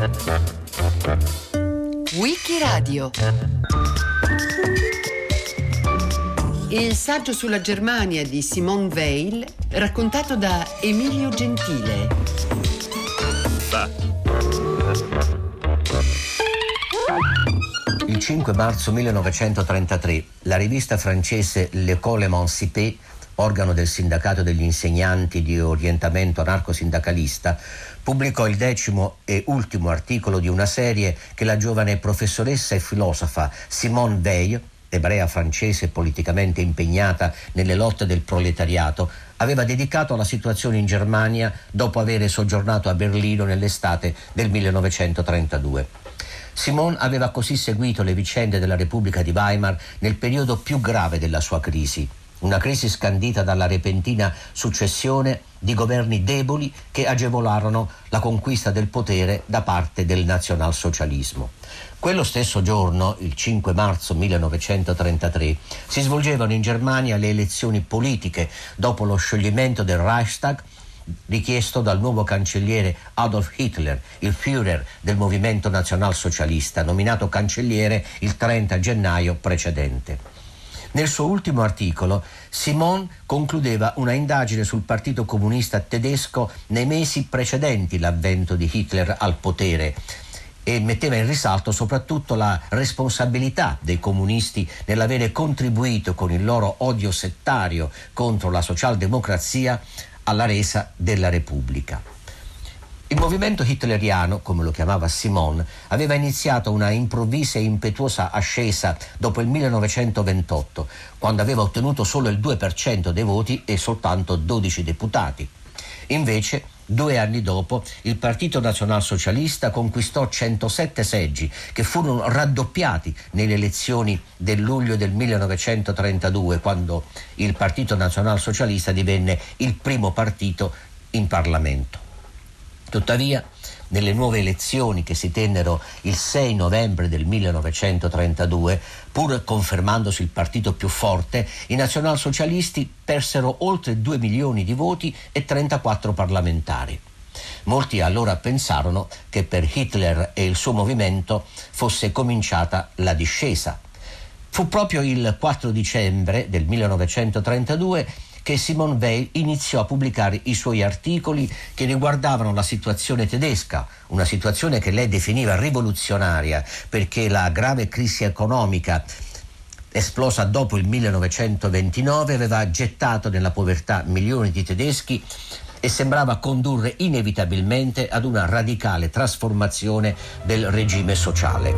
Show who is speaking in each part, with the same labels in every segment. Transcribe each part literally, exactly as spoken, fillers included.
Speaker 1: Wikiradio. Il saggio sulla Germania di Simone Weil, raccontato da Emilio Gentile.
Speaker 2: Il cinque marzo millenovecentotrentatré la rivista francese L'École émancipée, organo del sindacato degli insegnanti di orientamento anarco-sindacalista, pubblicò il decimo e ultimo articolo di una serie che la giovane professoressa e filosofa Simone Weil, ebrea francese politicamente impegnata nelle lotte del proletariato, aveva dedicato alla situazione in Germania dopo aver soggiornato a Berlino nell'estate del millenovecentotrentadue. Simone aveva così seguito le vicende della Repubblica di Weimar nel periodo più grave della sua crisi, una crisi scandita dalla repentina successione di governi deboli che agevolarono la conquista del potere da parte del nazionalsocialismo. Quello stesso giorno, il cinque marzo millenovecentotrentatré, si svolgevano in Germania le elezioni politiche dopo lo scioglimento del Reichstag richiesto dal nuovo cancelliere Adolf Hitler, il Führer del movimento nazionalsocialista, nominato cancelliere il trenta gennaio precedente. Nel suo ultimo articolo, Simone concludeva una indagine sul Partito Comunista Tedesco nei mesi precedenti l'avvento di Hitler al potere e metteva in risalto soprattutto la responsabilità dei comunisti nell'avere contribuito con il loro odio settario contro la socialdemocrazia alla resa della Repubblica. Il movimento hitleriano, come lo chiamava Simone, aveva iniziato una improvvisa e impetuosa ascesa dopo il millenovecentoventotto, quando aveva ottenuto solo il due per cento dei voti e soltanto dodici deputati. Invece, due anni dopo, il Partito Nazionalsocialista conquistò centosette seggi, che furono raddoppiati nelle elezioni del luglio del millenovecentotrentadue, quando il Partito Nazionalsocialista divenne il primo partito in Parlamento. Tuttavia, nelle nuove elezioni che si tennero il sei novembre del millenovecentotrentadue, pur confermandosi il partito più forte, i nazionalsocialisti persero oltre due milioni di voti e trentaquattro parlamentari. Molti allora pensarono che per Hitler e il suo movimento fosse cominciata la discesa. Fu proprio il quattro dicembre del millenovecentotrentadue che Simone Weil iniziò a pubblicare i suoi articoli che riguardavano la situazione tedesca, una situazione che lei definiva rivoluzionaria perché la grave crisi economica esplosa dopo il millenovecentoventinove aveva gettato nella povertà milioni di tedeschi e sembrava condurre inevitabilmente ad una radicale trasformazione del regime sociale.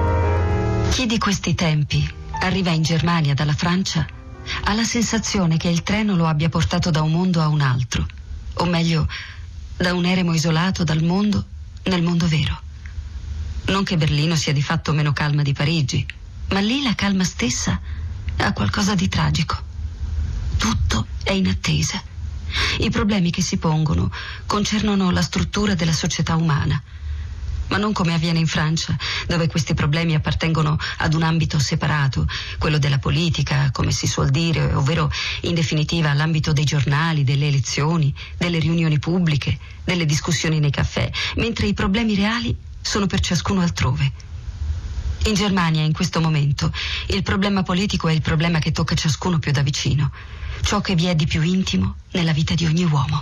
Speaker 3: Chi di questi tempi arriva in Germania dalla Francia ha la sensazione che il treno lo abbia portato da un mondo a un altro, o meglio, da un eremo isolato dal mondo nel mondo vero. Non che Berlino sia di fatto meno calma di Parigi, ma lì la calma stessa ha qualcosa di tragico. Tutto è in attesa. I problemi che si pongono concernono la struttura della società umana, ma non come avviene in Francia, dove questi problemi appartengono ad un ambito separato, quello della politica, come si suol dire, ovvero in definitiva all'ambito dei giornali, delle elezioni, delle riunioni pubbliche, delle discussioni nei caffè, mentre i problemi reali sono per ciascuno altrove. In Germania, in questo momento, il problema politico è il problema che tocca ciascuno più da vicino, ciò che vi è di più intimo nella vita di ogni uomo.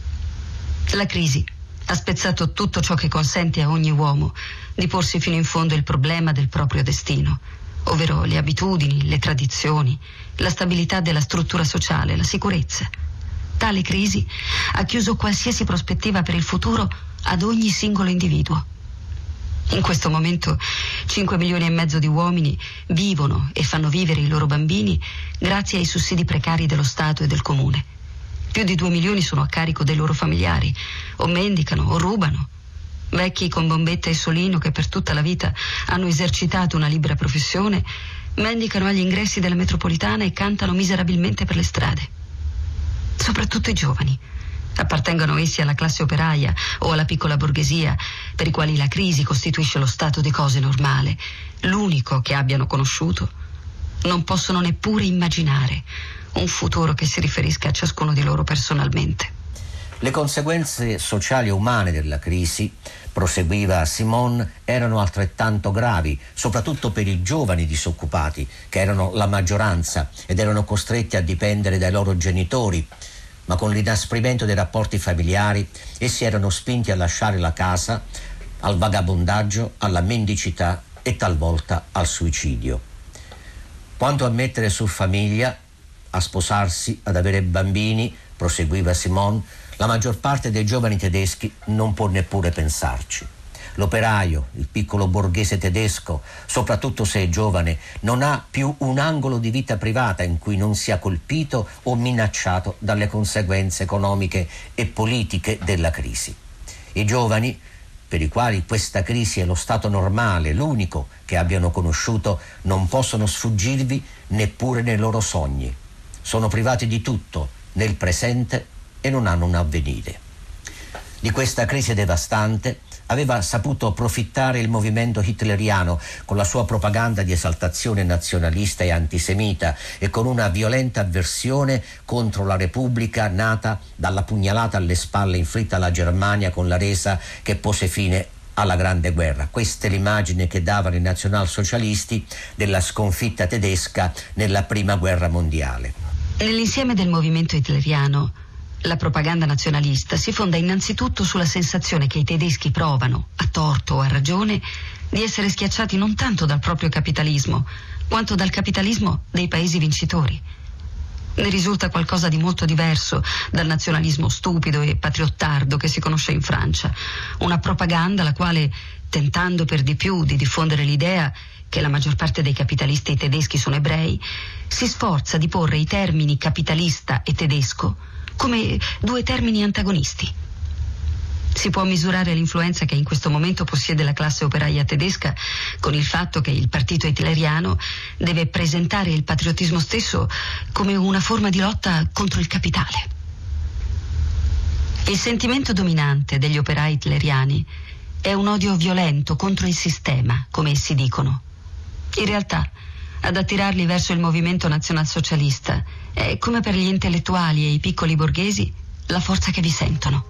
Speaker 3: La crisi ha spezzato tutto ciò che consente a ogni uomo di porsi fino in fondo il problema del proprio destino, ovvero le abitudini, le tradizioni, la stabilità della struttura sociale, la sicurezza. Tale crisi ha chiuso qualsiasi prospettiva per il futuro ad ogni singolo individuo. In questo momento cinque milioni e mezzo di uomini vivono e fanno vivere i loro bambini grazie ai sussidi precari dello Stato e del Comune. Più di due milioni sono a carico dei loro familiari, o mendicano o rubano. Vecchi con bombetta e solino che per tutta la vita hanno esercitato una libera professione, mendicano agli ingressi della metropolitana e cantano miserabilmente per le strade. Soprattutto i giovani, appartengano essi alla classe operaia o alla piccola borghesia, per i quali la crisi costituisce lo stato di cose normale, l'unico che abbiano conosciuto, non possono neppure immaginare un futuro che si riferisca a ciascuno di loro personalmente.
Speaker 2: Le conseguenze sociali e umane della crisi, proseguiva Simone, erano altrettanto gravi, soprattutto per i giovani disoccupati, che erano la maggioranza ed erano costretti a dipendere dai loro genitori. Ma con l'inasprimento dei rapporti familiari, essi erano spinti a lasciare la casa, al vagabondaggio, alla mendicità e talvolta al suicidio. Quanto a mettere su famiglia, a sposarsi, ad avere bambini, proseguiva Simone, la maggior parte dei giovani tedeschi non può neppure pensarci. L'operaio, il piccolo borghese tedesco, soprattutto se è giovane, non ha più un angolo di vita privata in cui non sia colpito o minacciato dalle conseguenze economiche e politiche della crisi. I giovani, per i quali questa crisi è lo stato normale, l'unico che abbiano conosciuto, non possono sfuggirvi neppure nei loro sogni. Sono privati di tutto nel presente e non hanno un avvenire. Di questa crisi devastante aveva saputo approfittare il movimento hitleriano con la sua propaganda di esaltazione nazionalista e antisemita e con una violenta avversione contro la Repubblica nata dalla pugnalata alle spalle inflitta alla Germania con la resa che pose fine alla Grande Guerra. Questa è l'immagine che davano i nazionalsocialisti della sconfitta tedesca nella Prima Guerra Mondiale.
Speaker 3: Nell'insieme del movimento hitleriano, la propaganda nazionalista si fonda innanzitutto sulla sensazione che i tedeschi provano, a torto o a ragione, di essere schiacciati non tanto dal proprio capitalismo, quanto dal capitalismo dei paesi vincitori. Ne risulta qualcosa di molto diverso dal nazionalismo stupido e patriottardo che si conosce in Francia, una propaganda la quale, tentando per di più di diffondere l'idea che la maggior parte dei capitalisti tedeschi sono ebrei, si sforza di porre i termini capitalista e tedesco come due termini antagonisti. Si può misurare l'influenza che in questo momento possiede la classe operaia tedesca con il fatto che il partito hitleriano deve presentare il patriottismo stesso come una forma di lotta contro il capitale. Il sentimento dominante degli operai hitleriani è un odio violento contro il sistema, come essi dicono. In realtà, ad attirarli verso il movimento nazionalsocialista è, come per gli intellettuali e i piccoli borghesi, la forza che vi sentono.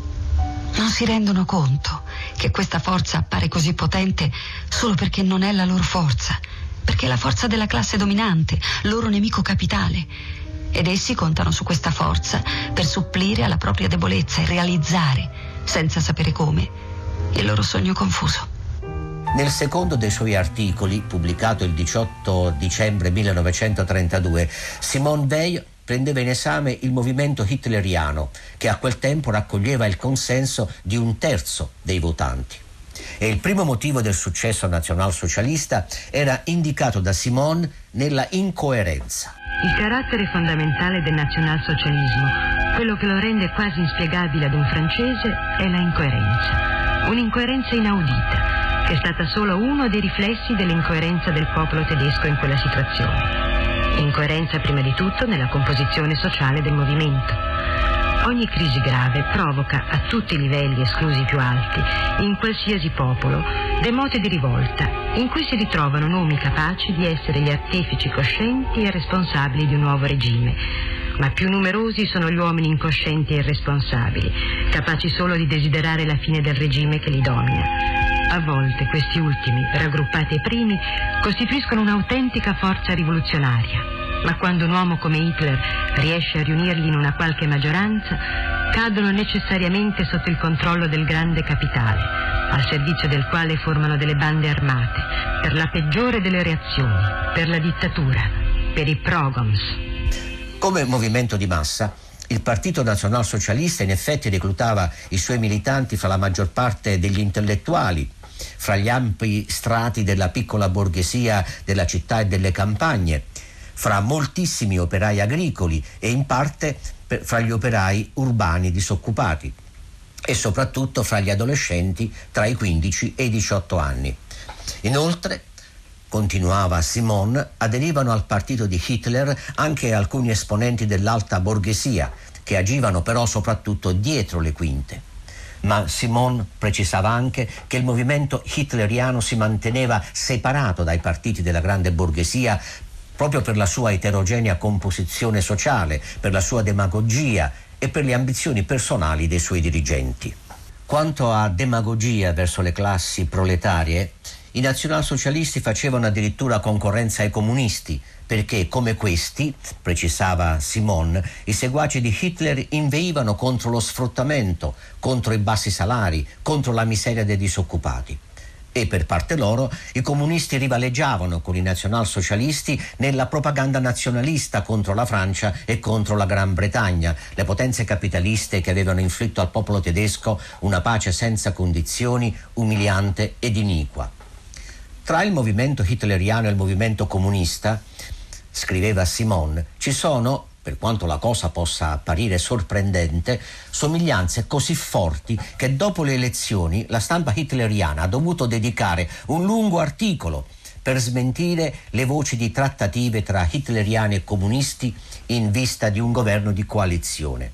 Speaker 3: Non si rendono conto che questa forza appare così potente solo perché non è la loro forza, perché è la forza della classe dominante, loro nemico capitale. Ed essi contano su questa forza per supplire alla propria debolezza e realizzare, senza sapere come, il loro sogno confuso.
Speaker 2: Nel secondo dei suoi articoli, pubblicato il diciotto dicembre millenovecentotrentadue, Simone Weil prendeva in esame il movimento hitleriano, che a quel tempo raccoglieva il consenso di un terzo dei votanti. E il primo motivo del successo nazionalsocialista era indicato da Simone nella incoerenza.
Speaker 4: Il carattere fondamentale del nazionalsocialismo, quello che lo rende quasi inspiegabile ad un francese, è la incoerenza. Un'incoerenza inaudita, che è stata solo uno dei riflessi dell'incoerenza del popolo tedesco in quella situazione. Incoerenza prima di tutto nella composizione sociale del movimento. Ogni crisi grave provoca a tutti i livelli, esclusi i più alti, in qualsiasi popolo, dei moti di rivolta, in cui si ritrovano nomi capaci di essere gli artefici coscienti e responsabili di un nuovo regime. Ma più numerosi sono gli uomini incoscienti e irresponsabili, capaci solo di desiderare la fine del regime che li domina. A volte questi ultimi, raggruppati ai primi, costituiscono un'autentica forza rivoluzionaria. Ma quando un uomo come Hitler riesce a riunirli in una qualche maggioranza, cadono necessariamente sotto il controllo del grande capitale, al servizio del quale formano delle bande armate, per la peggiore delle reazioni, per la dittatura, per i pogroms.
Speaker 2: Come movimento di massa, il Partito Nazionalsocialista in effetti reclutava i suoi militanti fra la maggior parte degli intellettuali, fra gli ampi strati della piccola borghesia della città e delle campagne, fra moltissimi operai agricoli e in parte per, fra gli operai urbani disoccupati e soprattutto fra gli adolescenti tra i quindici e i diciotto anni. Inoltre, continuava Simone, aderivano al partito di Hitler anche alcuni esponenti dell'alta borghesia, che agivano però soprattutto dietro le quinte. Ma Simone precisava anche che il movimento hitleriano si manteneva separato dai partiti della grande borghesia proprio per la sua eterogenea composizione sociale, per la sua demagogia e per le ambizioni personali dei suoi dirigenti. Quanto a demagogia verso le classi proletarie, i nazionalsocialisti facevano addirittura concorrenza ai comunisti, perché come questi, precisava Simon, i seguaci di Hitler inveivano contro lo sfruttamento, contro i bassi salari, contro la miseria dei disoccupati. E per parte loro i comunisti rivaleggiavano con i nazionalsocialisti nella propaganda nazionalista contro la Francia e contro la Gran Bretagna, le potenze capitaliste che avevano inflitto al popolo tedesco una pace senza condizioni, umiliante ed iniqua. Tra il movimento hitleriano e il movimento comunista, scriveva Simon, ci sono, per quanto la cosa possa apparire sorprendente, somiglianze così forti che dopo le elezioni la stampa hitleriana ha dovuto dedicare un lungo articolo per smentire le voci di trattative tra hitleriani e comunisti in vista di un governo di coalizione.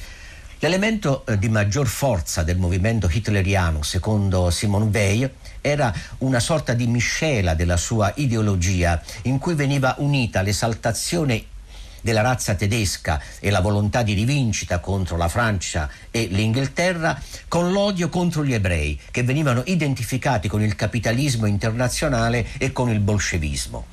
Speaker 2: L'elemento di maggior forza del movimento hitleriano, secondo Simone Weil, era una sorta di miscela della sua ideologia in cui veniva unita l'esaltazione della razza tedesca e la volontà di rivincita contro la Francia e l'Inghilterra con l'odio contro gli ebrei, che venivano identificati con il capitalismo internazionale e con il bolscevismo.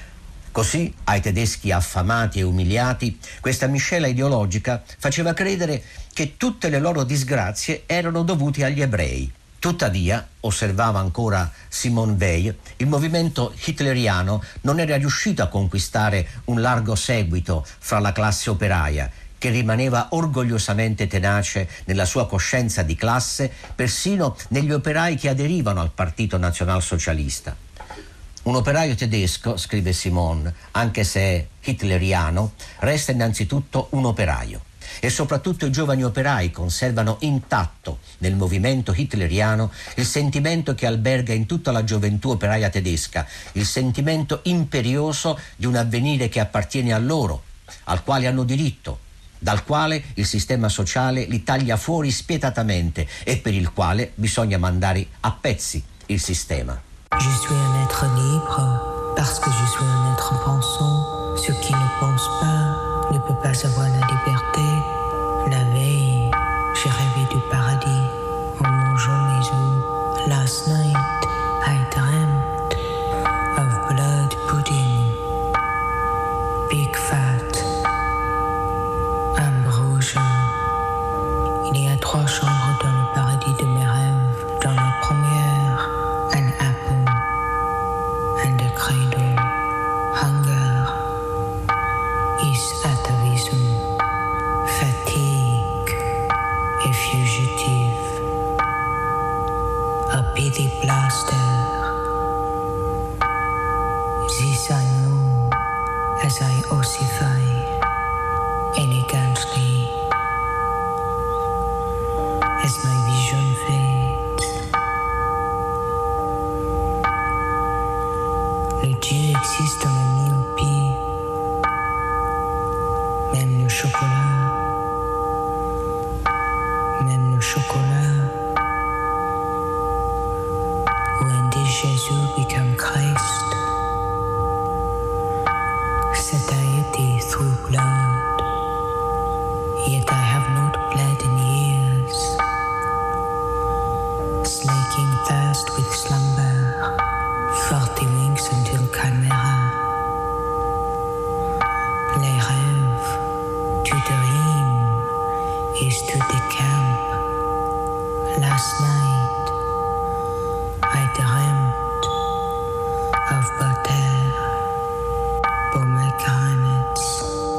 Speaker 2: Così, ai tedeschi affamati e umiliati, questa miscela ideologica faceva credere che tutte le loro disgrazie erano dovute agli ebrei. Tuttavia, osservava ancora Simone Weil, il movimento hitleriano non era riuscito a conquistare un largo seguito fra la classe operaia, che rimaneva orgogliosamente tenace nella sua coscienza di classe, persino negli operai che aderivano al Partito Nazionalsocialista. Un operaio tedesco, scrive Simone, anche se è hitleriano, resta innanzitutto un operaio. E soprattutto i giovani operai conservano intatto nel movimento hitleriano il sentimento che alberga in tutta la gioventù operaia tedesca, il sentimento imperioso di un avvenire che appartiene a loro, al quale hanno diritto, dal quale il sistema sociale li taglia fuori spietatamente e per il quale bisogna mandare a pezzi il sistema.
Speaker 5: Je suis un être libre parce que je suis un être pensant. Ce qui ne pense pas ne peut pas avoir la liberté. La veille, j'ai rêvé du paradis en mangeant mes œufs. Last night, I dreamt of blood pudding, big fat, ambrosia. Il y a trois chambres dans le paradis de mes rêves. Dans la première, an apple and a cradle. Hunger is atavism, fatigue est fugitive, a pity blaster. This I know as I ossify elegantly as my vision fades. Le Dieu existe dans la myopie, même le chocolat, même le chocolat. When did Jesus become Christ? Satiety through blood, yet I have not bled in years, slaking thirst with slumber, forty winks until chimera. Les rêves, to dream is to decamp. Last night I dreamt of butter, pomegranates.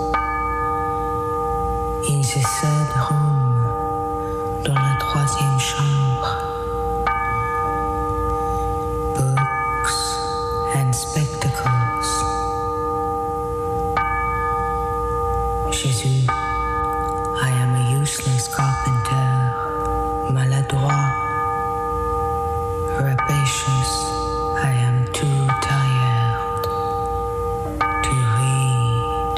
Speaker 5: In the third room, dans la troisième chambre, books and spectacles. Jésus, I am a useless carpenter, maladroit, rapacious. I am too tired to read.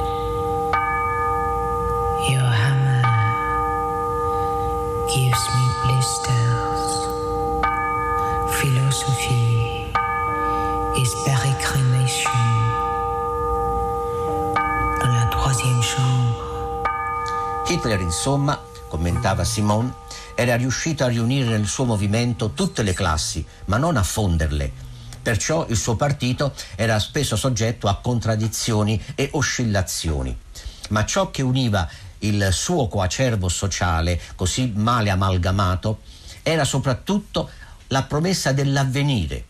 Speaker 5: Your hammer gives me blisters. Philosophy is peregrination. Dans la troisième chambre.
Speaker 2: Hitler, insomma, commentava Simone, era riuscito a riunire nel suo movimento tutte le classi, ma non a fonderle. Perciò il suo partito era spesso soggetto a contraddizioni e oscillazioni. Ma ciò che univa il suo coacervo sociale, così male amalgamato, era soprattutto la promessa dell'avvenire.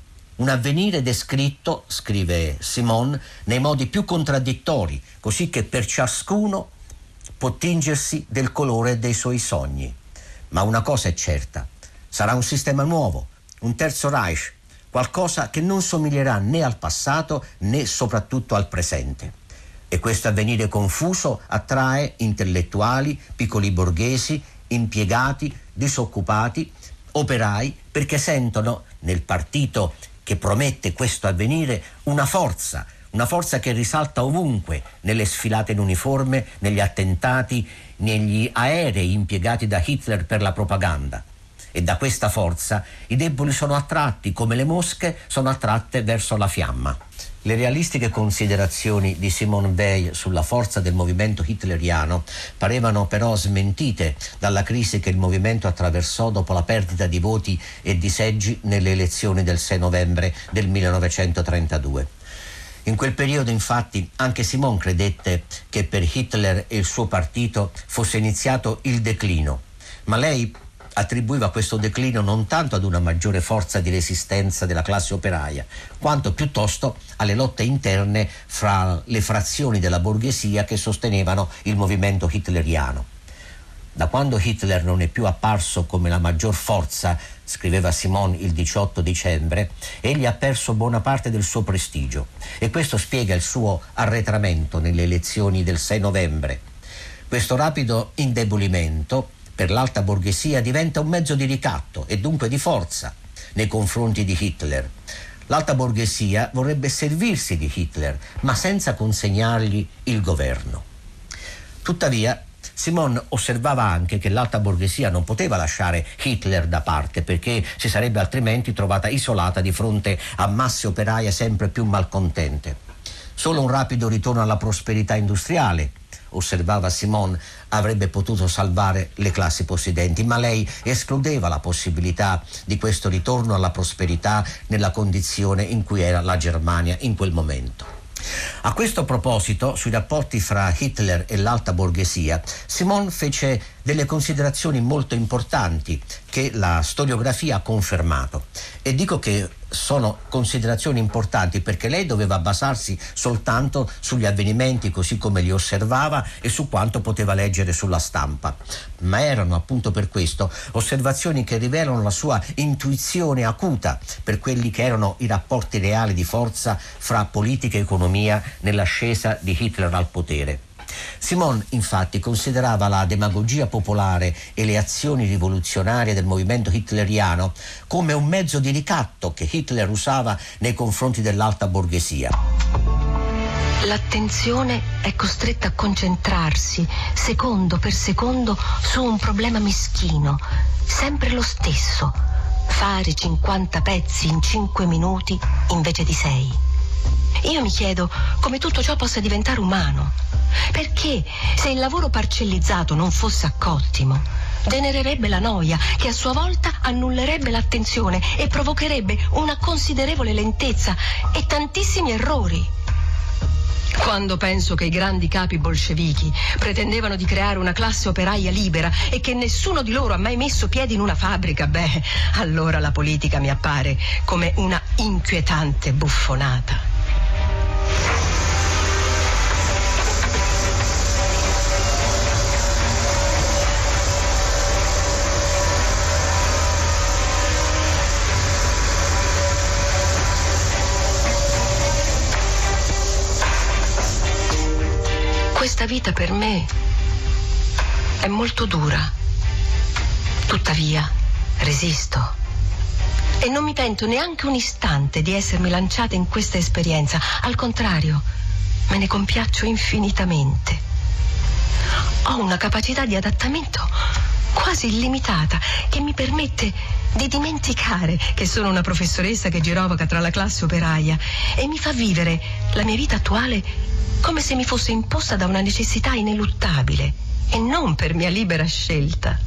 Speaker 2: Un avvenire descritto, scrive Simone, nei modi più contraddittori, così che per ciascuno può tingersi del colore dei suoi sogni. Ma una cosa è certa, sarà un sistema nuovo, un terzo Reich, qualcosa che non somiglierà né al passato né soprattutto al presente. E questo avvenire confuso attrae intellettuali, piccoli borghesi, impiegati, disoccupati, operai, perché sentono nel partito che promette questo avvenire una forza, una forza che risalta ovunque, nelle sfilate in uniforme, negli attentati, negli aerei impiegati da Hitler per la propaganda. E da questa forza i deboli sono attratti, come le mosche sono attratte verso la fiamma. Le realistiche considerazioni di Simone Weil sulla forza del movimento hitleriano parevano però smentite dalla crisi che il movimento attraversò dopo la perdita di voti e di seggi nelle elezioni del sei novembre del millenovecentotrentadue. In quel periodo, infatti, anche Simone credette che per Hitler e il suo partito fosse iniziato il declino, ma lei attribuiva questo declino non tanto ad una maggiore forza di resistenza della classe operaia, quanto piuttosto alle lotte interne fra le frazioni della borghesia che sostenevano il movimento hitleriano. Da quando Hitler non è più apparso come la maggior forza, scriveva Simone il diciotto dicembre, egli ha perso buona parte del suo prestigio e questo spiega il suo arretramento nelle elezioni del sei novembre. Questo rapido indebolimento per l'alta borghesia diventa un mezzo di ricatto e dunque di forza nei confronti di Hitler. L'alta borghesia vorrebbe servirsi di Hitler, ma senza consegnargli il governo. Tuttavia, Simone osservava anche che l'alta borghesia non poteva lasciare Hitler da parte perché si sarebbe altrimenti trovata isolata di fronte a masse operaie sempre più malcontente. Solo un rapido ritorno alla prosperità industriale, osservava Simone, avrebbe potuto salvare le classi possidenti, ma lei escludeva la possibilità di questo ritorno alla prosperità nella condizione in cui era la Germania in quel momento. A questo proposito, sui rapporti fra Hitler e l'alta borghesia, Simone fece delle considerazioni molto importanti che la storiografia ha confermato. E dico che sono considerazioni importanti perché lei doveva basarsi soltanto sugli avvenimenti così come li osservava e su quanto poteva leggere sulla stampa. Ma erano appunto per questo osservazioni che rivelano la sua intuizione acuta per quelli che erano i rapporti reali di forza fra politica e economia nell'ascesa di Hitler al potere. Simone, infatti, considerava la demagogia popolare e le azioni rivoluzionarie del movimento hitleriano come un mezzo di ricatto che Hitler usava nei confronti dell'alta borghesia.
Speaker 6: L'attenzione è costretta a concentrarsi secondo per secondo su un problema meschino, sempre lo stesso: fare cinquanta pezzi in cinque minuti invece di sei. Io mi chiedo come tutto ciò possa diventare umano. Perché se il lavoro parcellizzato non fosse accottimo, genererebbe la noia che a sua volta annullerebbe l'attenzione e provocherebbe una considerevole lentezza e tantissimi errori. Quando penso che i grandi capi bolscevichi pretendevano di creare una classe operaia libera e che nessuno di loro ha mai messo piedi in una fabbrica, beh, allora la politica mi appare come una inquietante buffonata. Questa vita per me è molto dura, tuttavia resisto e non mi pento neanche un istante di essermi lanciata in questa esperienza, al contrario, me ne compiaccio infinitamente. Ho una capacità di adattamento quasi illimitata che mi permette di dimenticare che sono una professoressa che girovaga tra la classe operaia e mi fa vivere la mia vita attuale come se mi fosse imposta da una necessità ineluttabile. e non per mia libera scelta.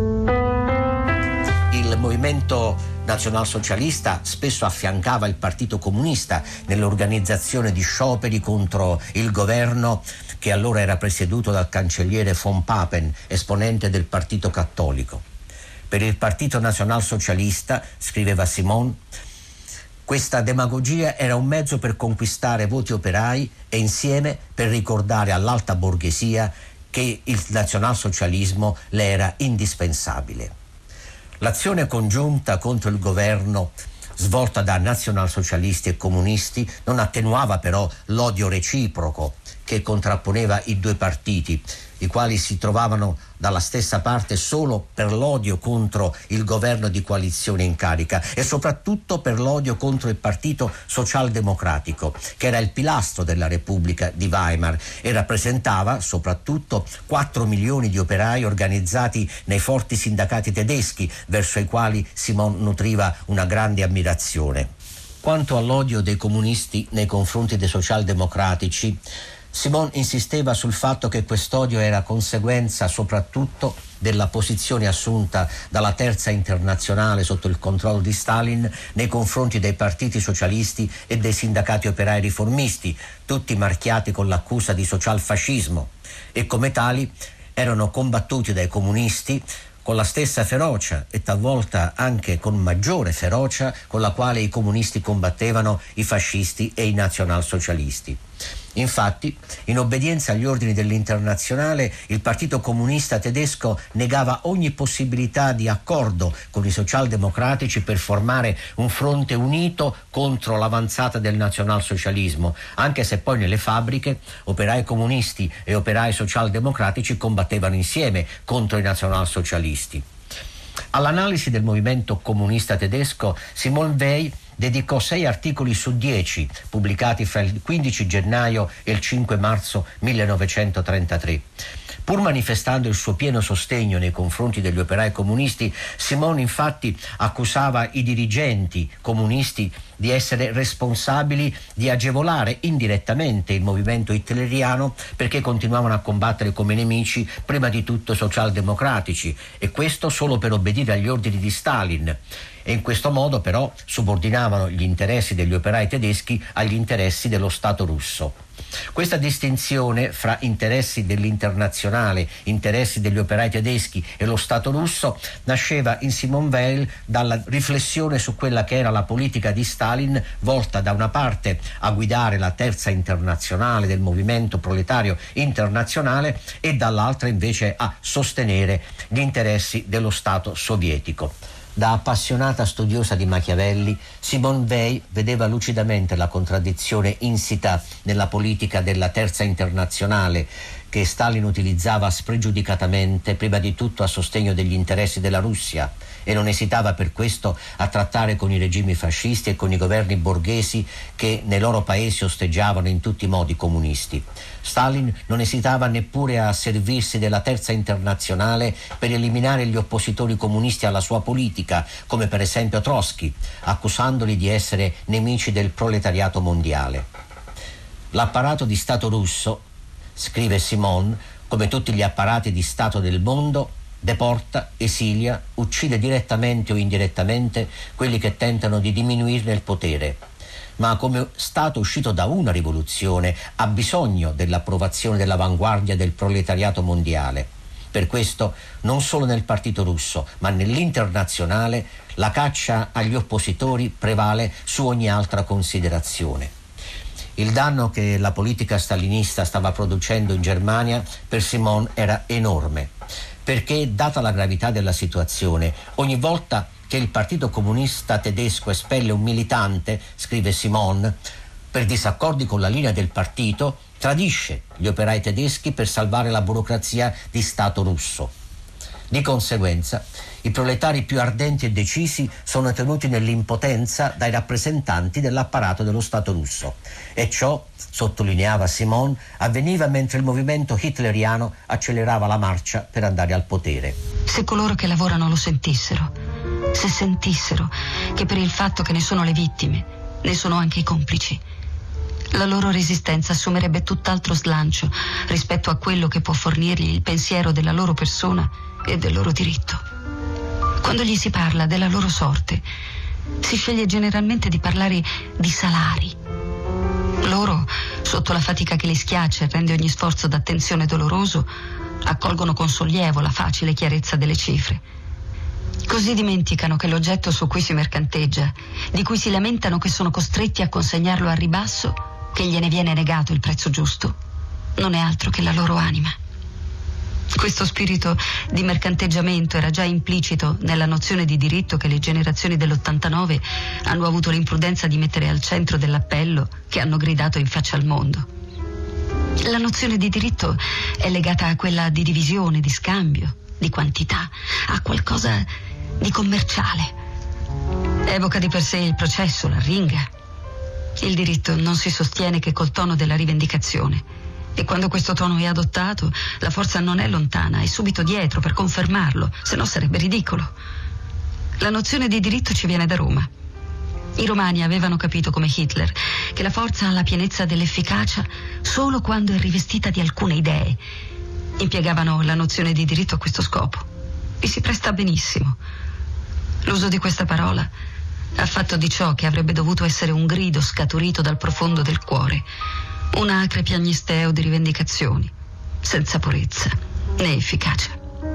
Speaker 2: Il movimento nazionalsocialista spesso affiancava il Partito Comunista nell'organizzazione di scioperi contro il governo che allora era presieduto dal cancelliere von Papen, esponente del Partito Cattolico. Per il Partito Nazionalsocialista, scriveva Simon, questa demagogia era un mezzo per conquistare voti operai e insieme per ricordare all'alta borghesia che il nazionalsocialismo le era indispensabile. L'azione congiunta contro il governo svolta da nazionalsocialisti e comunisti non attenuava però l'odio reciproco che contrapponeva i due partiti, i quali si trovavano dalla stessa parte solo per l'odio contro il governo di coalizione in carica e soprattutto per l'odio contro il Partito Socialdemocratico, che era il pilastro della Repubblica di Weimar e rappresentava soprattutto quattro milioni di operai organizzati nei forti sindacati tedeschi, verso i quali Simon nutriva una grande ammirazione. Quanto all'odio dei comunisti nei confronti dei socialdemocratici, Simon insisteva sul fatto che quest'odio era conseguenza soprattutto della posizione assunta dalla Terza Internazionale sotto il controllo di Stalin nei confronti dei partiti socialisti e dei sindacati operai riformisti, tutti marchiati con l'accusa di socialfascismo, e come tali erano combattuti dai comunisti con la stessa ferocia e talvolta anche con maggiore ferocia con la quale i comunisti combattevano i fascisti e i nazionalsocialisti. Infatti, in obbedienza agli ordini dell'Internazionale, il Partito Comunista tedesco negava ogni possibilità di accordo con i socialdemocratici per formare un fronte unito contro l'avanzata del nazionalsocialismo, anche se poi nelle fabbriche operai comunisti e operai socialdemocratici combattevano insieme contro i nazionalsocialisti. All'analisi del movimento comunista tedesco, Simone Weil dedicò sei articoli su dieci, pubblicati fra il quindici gennaio e il cinque marzo millenovecentotrentatré. Pur manifestando il suo pieno sostegno nei confronti degli operai comunisti, Simone infatti accusava i dirigenti comunisti di essere responsabili di agevolare indirettamente il movimento hitleriano perché continuavano a combattere come nemici prima di tutto socialdemocratici, e questo solo per obbedire agli ordini di Stalin. E in questo modo però subordinavano gli interessi degli operai tedeschi agli interessi dello Stato russo. Questa distinzione fra interessi dell'internazionale, interessi degli operai tedeschi e lo Stato russo nasceva in Simone Weil dalla riflessione su quella che era la politica di Stalin, volta da una parte a guidare la terza internazionale del movimento proletario internazionale e dall'altra invece a sostenere gli interessi dello Stato sovietico. Da appassionata studiosa di Machiavelli, Simone Weil vedeva lucidamente la contraddizione insita nella politica della Terza Internazionale che Stalin utilizzava spregiudicatamente prima di tutto a sostegno degli interessi della Russia, e non esitava per questo a trattare con i regimi fascisti e con i governi borghesi che nei loro paesi osteggiavano in tutti i modi i comunisti. Stalin non esitava neppure a servirsi della Terza Internazionale per eliminare gli oppositori comunisti alla sua politica, come per esempio Trotsky, accusandoli di essere nemici del proletariato mondiale. L'apparato di Stato russo, scrive Simone, come tutti gli apparati di Stato del mondo, deporta, esilia, uccide direttamente o indirettamente quelli che tentano di diminuirne il potere. Ma come Stato uscito da una rivoluzione ha bisogno dell'approvazione dell'avanguardia del proletariato mondiale. Per questo non solo nel partito russo, ma nell'internazionale la caccia agli oppositori prevale su ogni altra considerazione. Il danno che la politica stalinista stava producendo in Germania per Simone era enorme, perché, data la gravità della situazione, ogni volta che il Partito Comunista tedesco espelle un militante, scrive Simone, per disaccordi con la linea del partito, tradisce gli operai tedeschi per salvare la burocrazia di Stato russo. Di conseguenza, i proletari più ardenti e decisi sono tenuti nell'impotenza dai rappresentanti dell'apparato dello Stato russo. E ciò, sottolineava Simone, avveniva mentre il movimento hitleriano accelerava la marcia per andare al potere.
Speaker 3: Se coloro che lavorano lo sentissero, se sentissero che per il fatto che ne sono le vittime, ne sono anche i complici, la loro resistenza assumerebbe tutt'altro slancio rispetto a quello che può fornirgli il pensiero della loro persona e del loro diritto. Quando gli si parla della loro sorte, si sceglie generalmente di parlare di salari. Loro, sotto la fatica che li schiaccia e rende ogni sforzo d'attenzione doloroso, accolgono con sollievo la facile chiarezza delle cifre. Così dimenticano che l'oggetto su cui si mercanteggia, di cui si lamentano che sono costretti a consegnarlo a ribasso, che gliene viene negato il prezzo giusto, non è altro che la loro anima. Questo spirito di mercanteggiamento era già implicito nella nozione di diritto che le generazioni dell'ottantanove hanno avuto l'imprudenza di mettere al centro dell'appello che hanno gridato in faccia al mondo. La nozione di diritto è legata a quella di divisione, di scambio, di quantità, a qualcosa di commerciale. Evoca di per sé il processo, la ringa. Il diritto non si sostiene che col tono della rivendicazione, e quando questo tono è adottato, la forza non è lontana, è subito dietro per confermarlo, se no sarebbe ridicolo. La nozione di diritto ci viene da Roma. I romani avevano capito, come Hitler, che la forza ha la pienezza dell'efficacia solo quando è rivestita di alcune idee. Impiegavano la nozione di diritto a questo scopo. Vi si presta benissimo. L'uso di questa parola ha fatto di ciò che avrebbe dovuto essere un grido scaturito dal profondo del cuore, un acre piagnisteo di rivendicazioni, senza purezza né efficacia.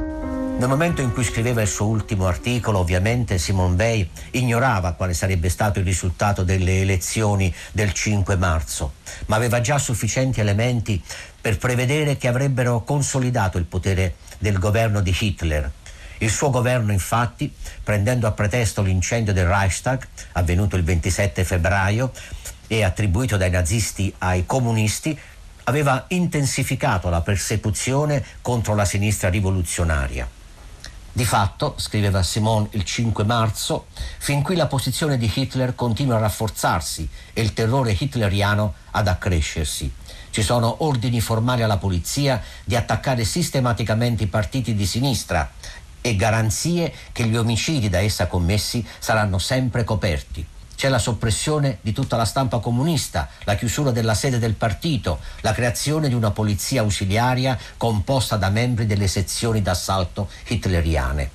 Speaker 2: Nel momento in cui scriveva il suo ultimo articolo, ovviamente Simone Weil ignorava quale sarebbe stato il risultato delle elezioni del cinque marzo, ma aveva già sufficienti elementi per prevedere che avrebbero consolidato il potere del governo di Hitler. Il suo governo, infatti, prendendo a pretesto l'incendio del Reichstag, avvenuto il ventisette febbraio e attribuito dai nazisti ai comunisti, aveva intensificato la persecuzione contro la sinistra rivoluzionaria. Di fatto, scriveva Simone il cinque marzo, fin qui la posizione di Hitler continua a rafforzarsi e il terrore hitleriano ad accrescersi. Ci sono ordini formali alla polizia di attaccare sistematicamente i partiti di sinistra e garanzie che gli omicidi da essa commessi saranno sempre coperti. C'è la soppressione di tutta la stampa comunista, la chiusura della sede del partito, la creazione di una polizia ausiliaria composta da membri delle sezioni d'assalto hitleriane.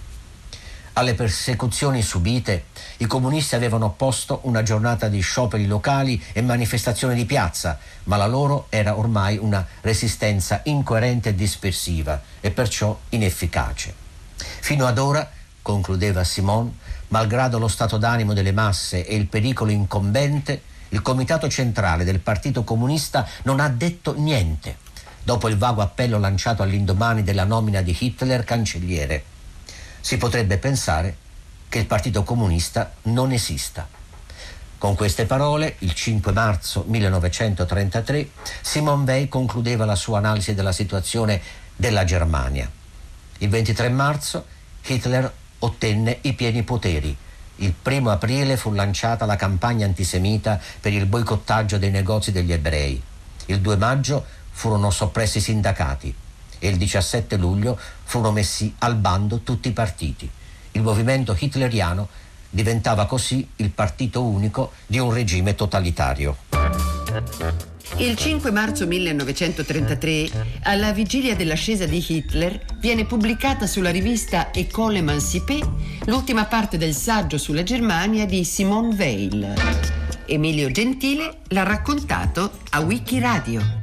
Speaker 2: Alle persecuzioni subite, i comunisti avevano opposto una giornata di scioperi locali e manifestazioni di piazza, ma la loro era ormai una resistenza incoerente e dispersiva e perciò inefficace. Fino ad ora, concludeva Simone, malgrado lo stato d'animo delle masse e il pericolo incombente, il comitato centrale del Partito Comunista non ha detto niente, dopo il vago appello lanciato all'indomani della nomina di Hitler cancelliere. Si potrebbe pensare che il Partito Comunista non esista. Con queste parole, il cinque marzo millenovecentotrentatré, Simone Weil concludeva la sua analisi della situazione della Germania. Il ventitré marzo Hitler ottenne i pieni poteri. Il primo aprile fu lanciata la campagna antisemita per il boicottaggio dei negozi degli ebrei. Il due maggio furono soppressi i sindacati e il diciassette luglio furono messi al bando tutti i partiti. Il movimento hitleriano diventava così il partito unico di un regime totalitario.
Speaker 1: Il cinque marzo millenovecentotrentatré, alla vigilia dell'ascesa di Hitler, viene pubblicata sulla rivista École Émancipée l'ultima parte del saggio sulla Germania di Simone Weil. Emilio Gentile l'ha raccontato a Wikiradio.